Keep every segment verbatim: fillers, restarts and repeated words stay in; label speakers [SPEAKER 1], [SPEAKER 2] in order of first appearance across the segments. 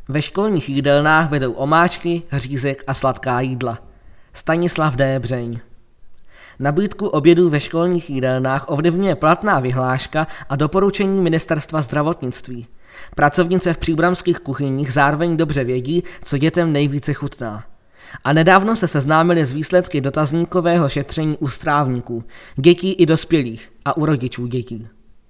[SPEAKER 1] Ve školních jídelnách vedou omáčky, řízek a sladká jídla. Stanislav D. Břeň. Nabídku obědů ve školních jídelnách ovlivňuje platná vyhláška a doporučení Ministerstva zdravotnictví. Pracovnice v příbramských kuchyních zároveň dobře vědí, co dětem nejvíce chutná. A nedávno se seznámili s výsledky dotazníkového šetření u strávníků, dětí i dospělých a u rodičů dětí.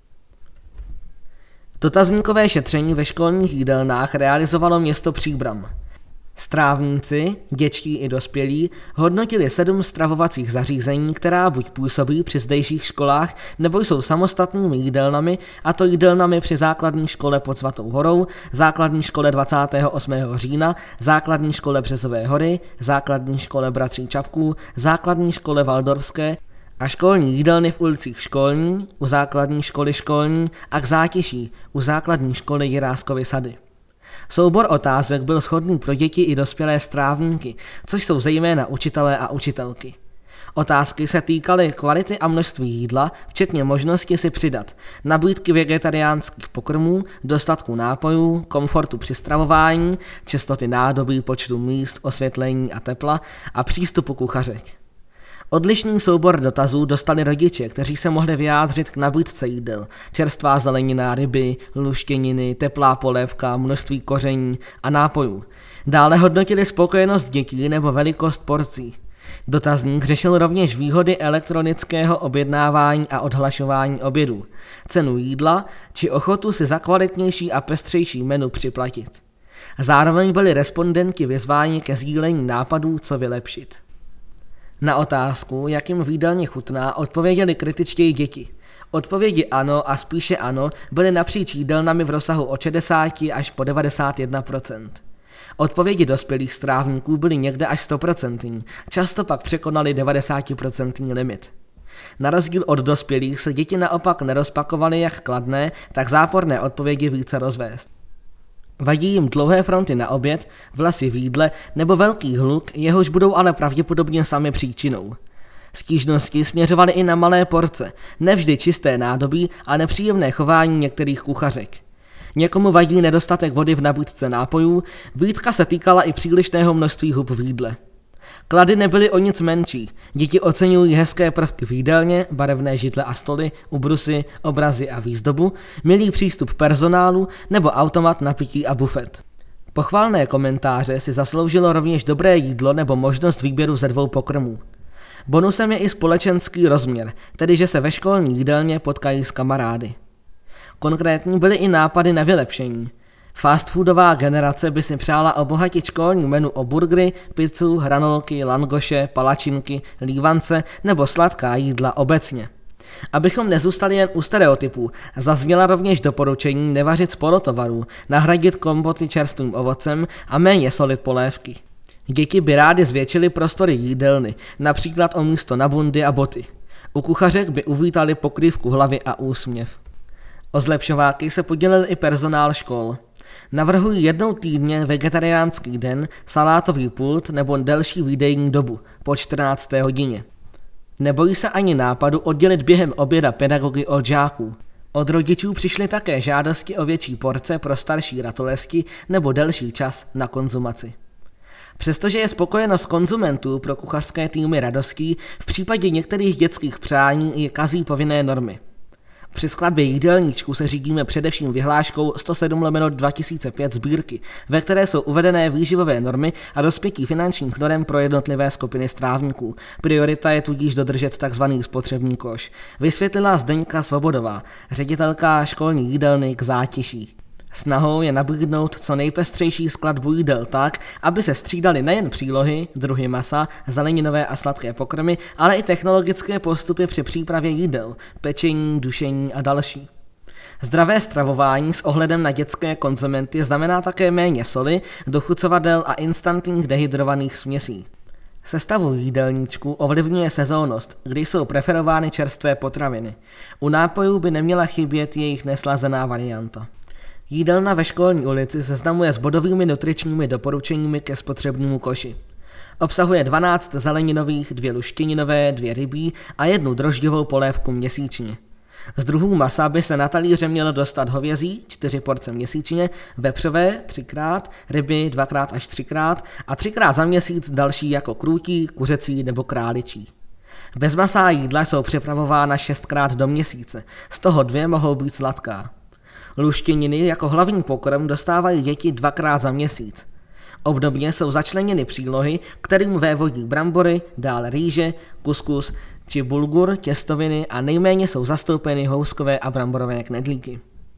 [SPEAKER 1] Dotazníkové šetření ve školních jídelnách realizovalo město Příbram. Strávníci, dětští i dospělí, hodnotili sedm stravovacích zařízení, která buď působí při zdejších školách, nebo jsou samostatnými jídelnami, a to jídelnami při základní škole pod Svatou Horou, základní škole dvacátého osmého října, základní škole Březové Hory, základní škole Bratří Čapků, základní škole Valdorfské a školní jídelny v ulicích Školní, u základní školy Školní a k Zátiší, u základní školy Jiráskovy Sady. Soubor otázek byl shodný pro děti i dospělé strávníky, což jsou zejména učitelé a učitelky. Otázky se týkaly kvality a množství jídla, včetně možnosti si přidat, nabídky vegetariánských pokrmů, dostatku nápojů, komfortu při stravování, čistoty nádobí, počtu míst, osvětlení a tepla a přístupu kuchařek. Odlišný soubor dotazů dostali rodiče, kteří se mohli vyjádřit k nabídce jídel, čerstvá zelenina, ryby, luštěniny, teplá polévka, množství koření a nápojů. Dále hodnotili spokojenost dětí nebo velikost porcí. Dotazník řešil rovněž výhody elektronického objednávání a odhlašování obědů, cenu jídla či ochotu si za kvalitnější a pestřejší menu připlatit. Zároveň byli respondenti vyzváni ke sdílení nápadů, co vylepšit. Na otázku, jak jim v jídelně chutná, odpověděli kritičtěji děti. Odpovědi ano a spíše ano byly napříč jídelnami v rozsahu od šedesát až po devadesát jedna procent. Odpovědi dospělých strávníků byly někde až sto procent, často pak překonaly devadesát procent limit. Na rozdíl od dospělých se děti naopak nerozpakovaly jak kladné, tak záporné odpovědi více rozvést. Vadí jim dlouhé fronty na oběd, vlasy v jídle nebo velký hluk, jehož budou ale pravděpodobně sami příčinou. Stížnosti směřovaly i na malé porce, nevždy čisté nádobí a nepříjemné chování některých kuchařek. Někomu vadí nedostatek vody v nabídce nápojů, výtka se týkala i přílišného množství hub v jídle. Klady nebyly o nic menší, děti oceňují hezké prvky v jídelně, barevné židle a stoly, ubrusy, obrazy a výzdobu, milý přístup personálu nebo automat na pití a bufet. Pochvalné komentáře si zasloužilo rovněž dobré jídlo nebo možnost výběru ze dvou pokrmů. Bonusem je i společenský rozměr, tedy že se ve školní jídelně potkají s kamarády. Konkrétní byly i nápady na vylepšení. Fastfoodová generace by si přála obohatit školní menu o burgery, pizzu, hranolky, langoše, palačinky, lívance nebo sladká jídla obecně. Abychom nezůstali jen u stereotypů, zazněla rovněž doporučení nevařit z polotovarů, nahradit kompoty čerstvým ovocem a méně solit polévky. Děti by rády zvětšily prostory jídelny, například o místo na bundy a boty. U kuchařek by uvítali pokrývku hlavy a úsměv. O zlepšováky se podělil i personál škol. Navrhují jednou týdně vegetariánský den, salátový pult nebo delší výdejní dobu po čtrnácté hodině. Nebojí se ani nápadu oddělit během oběda pedagogy od žáků. Od rodičů přišly také žádosti o větší porce pro starší ratolesti nebo delší čas na konzumaci. Přestože je spokojenost konzumentů pro kuchařské týmy radostí, v případě některých dětských přání je kazí povinné normy. Při skladbě jídelníčku se řídíme především vyhláškou sto sedm lomeno dva tisíce pět sbírky, ve které jsou uvedené výživové normy a rozpětí finančních norem pro jednotlivé skupiny strávníků. Priorita je tudíž dodržet tzv. Spotřební koš, vysvětlila Zdeňka Svobodová, ředitelka školní jídelny k Zátiší. Snahou je nabídnout co nejpestřejší skladbu jídel tak, aby se střídaly nejen přílohy, druhy masa, zeleninové a sladké pokrmy, ale i technologické postupy při přípravě jídel, pečení, dušení a další. Zdravé stravování s ohledem na dětské konzumenty znamená také méně soli, dochucovadel a instantních dehydrovaných směsí. Sestavu jídelníčku ovlivňuje sezónnost, kdy jsou preferovány čerstvé potraviny. U nápojů by neměla chybět jejich neslazená varianta. Jídelna ve školní ulici seznamuje s bodovými nutričními doporučeními ke spotřebnímu koši. Obsahuje dvanáct zeleninových, dvě luštěninové, dvě rybí a jednu drožďovou polévku měsíčně. Z druhů masa by se na talíře mělo dostat hovězí, čtyři porce měsíčně, vepřové, třikrát, ryby dvakrát až třikrát a třikrát za měsíc další jako krůtí, kuřecí nebo králičí. Bezmasá jídla jsou připravována šestkrát do měsíce, z toho dvě mohou být sladká. Luštěniny jako hlavní pokrm dostávají děti dvakrát za měsíc. Obdobně jsou začleněny přílohy, kterým vévodí brambory, dále rýže, kuskus či bulgur, těstoviny a nejméně jsou zastoupeny houskové a bramborové knedlíky.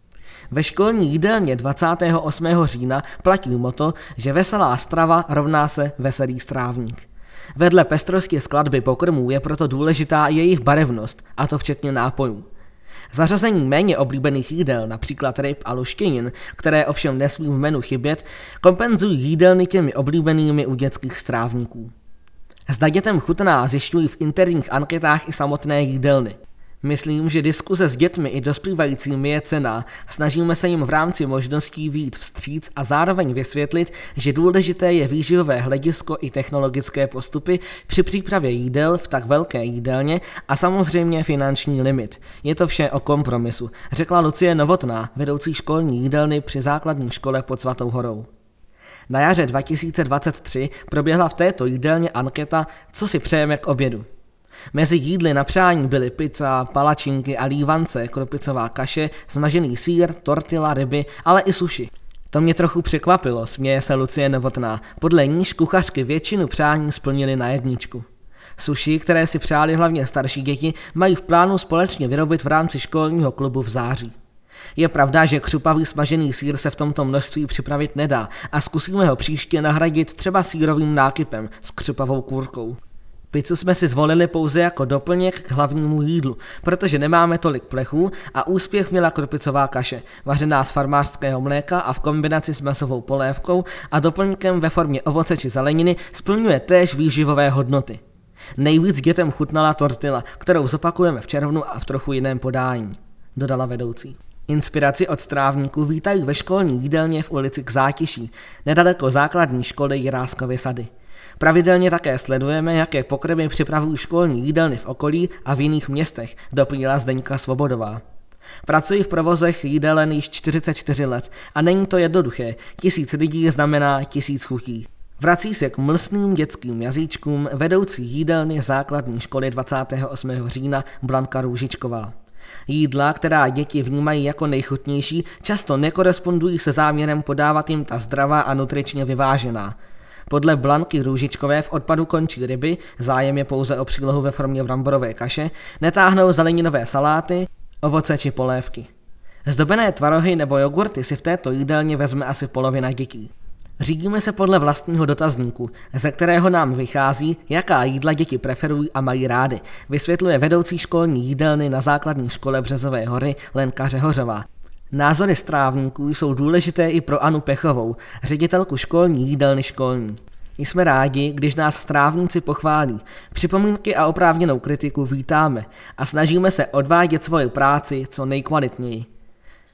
[SPEAKER 1] Ve školní jídelně dvacátého osmého října platí motto, že veselá strava rovná se veselý strávník. Vedle pestrosti skladby pokrmů je proto důležitá jejich barevnost, a to včetně nápojů. Zařazení méně oblíbených jídel, například ryb a luštěnin, které ovšem nesmí v menu chybět, kompenzují jídelny těmi oblíbenými u dětských strávníků. Zda dětem chutná zjišťují v interních anketách i samotné jídelny. Myslím, že diskuze s dětmi i dospívajícími je cenná, snažíme se jim v rámci možností vyjít vstříc a zároveň vysvětlit, že důležité je výživové hledisko i technologické postupy při přípravě jídel v tak velké jídelně a samozřejmě finanční limit. Je to vše o kompromisu, řekla Lucie Novotná, vedoucí školní jídelny při základní škole pod Svatou Horou. Na jaře dva tisíce dvacet tři proběhla v této jídelně anketa Co si přejeme k obědu. Mezi jídly na přání byly pizza, palačinky a lívance, kropicová kaše, smažený sýr, tortilla, ryby, ale i sushi. To mě trochu překvapilo, směje se Lucie Novotná, podle níž kuchařky většinu přání splnily na jedničku. Sushi, které si přáli hlavně starší děti, mají v plánu společně vyrobit v rámci školního klubu v září. Je pravda, že křupavý smažený sýr se v tomto množství připravit nedá a zkusíme ho příště nahradit třeba sýrovým nákypem s křupavou kůrkou. Pizzu jsme si zvolili pouze jako doplněk k hlavnímu jídlu, protože nemáme tolik plechů a úspěch měla kropicová kaše, vařená z farmářského mléka a v kombinaci s masovou polévkou a doplňkem ve formě ovoce či zeleniny splňuje též výživové hodnoty. Nejvíc dětem chutnala tortilla, kterou zopakujeme v červnu a v trochu jiném podání, dodala vedoucí. Inspiraci od strávníků vítají ve školní jídelně v ulici K Zátiší, nedaleko základní školy Jiráskovy sady. Pravidelně také sledujeme, jaké pokrmy připravují školní jídelny v okolí a v jiných městech, doplnila Zdeňka Svobodová. Pracuji v provozech jídelen již čtyřicet čtyři let a není to jednoduché, tisíc lidí znamená tisíc chutí. Vrací se k mlsným dětským jazyčkům vedoucí jídelny základní školy dvacátého osmého října Blanka Růžičková. Jídla, která děti vnímají jako nejchutnější, často nekorespondují se záměrem podávat jim ta zdravá a nutričně vyvážená. Podle Blanky Růžičkové v odpadu končí ryby, zájem je pouze o přílohu ve formě bramborové kaše, netáhnou zeleninové saláty, ovoce či polévky. Zdobené tvarohy nebo jogurty si v této jídelně vezme asi polovina dětí. Řídíme se podle vlastního dotazníku, ze kterého nám vychází, jaká jídla děti preferují a mají rády, vysvětluje vedoucí školní jídelny na základní škole Březové Hory Lenka Řehořová. Názory strávníků jsou důležité i pro Anu Pechovou, ředitelku školní jídelny školní. Jsme rádi, když nás strávníci pochválí. Připomínky a oprávněnou kritiku vítáme a snažíme se odvádět svoji práci co nejkvalitněji.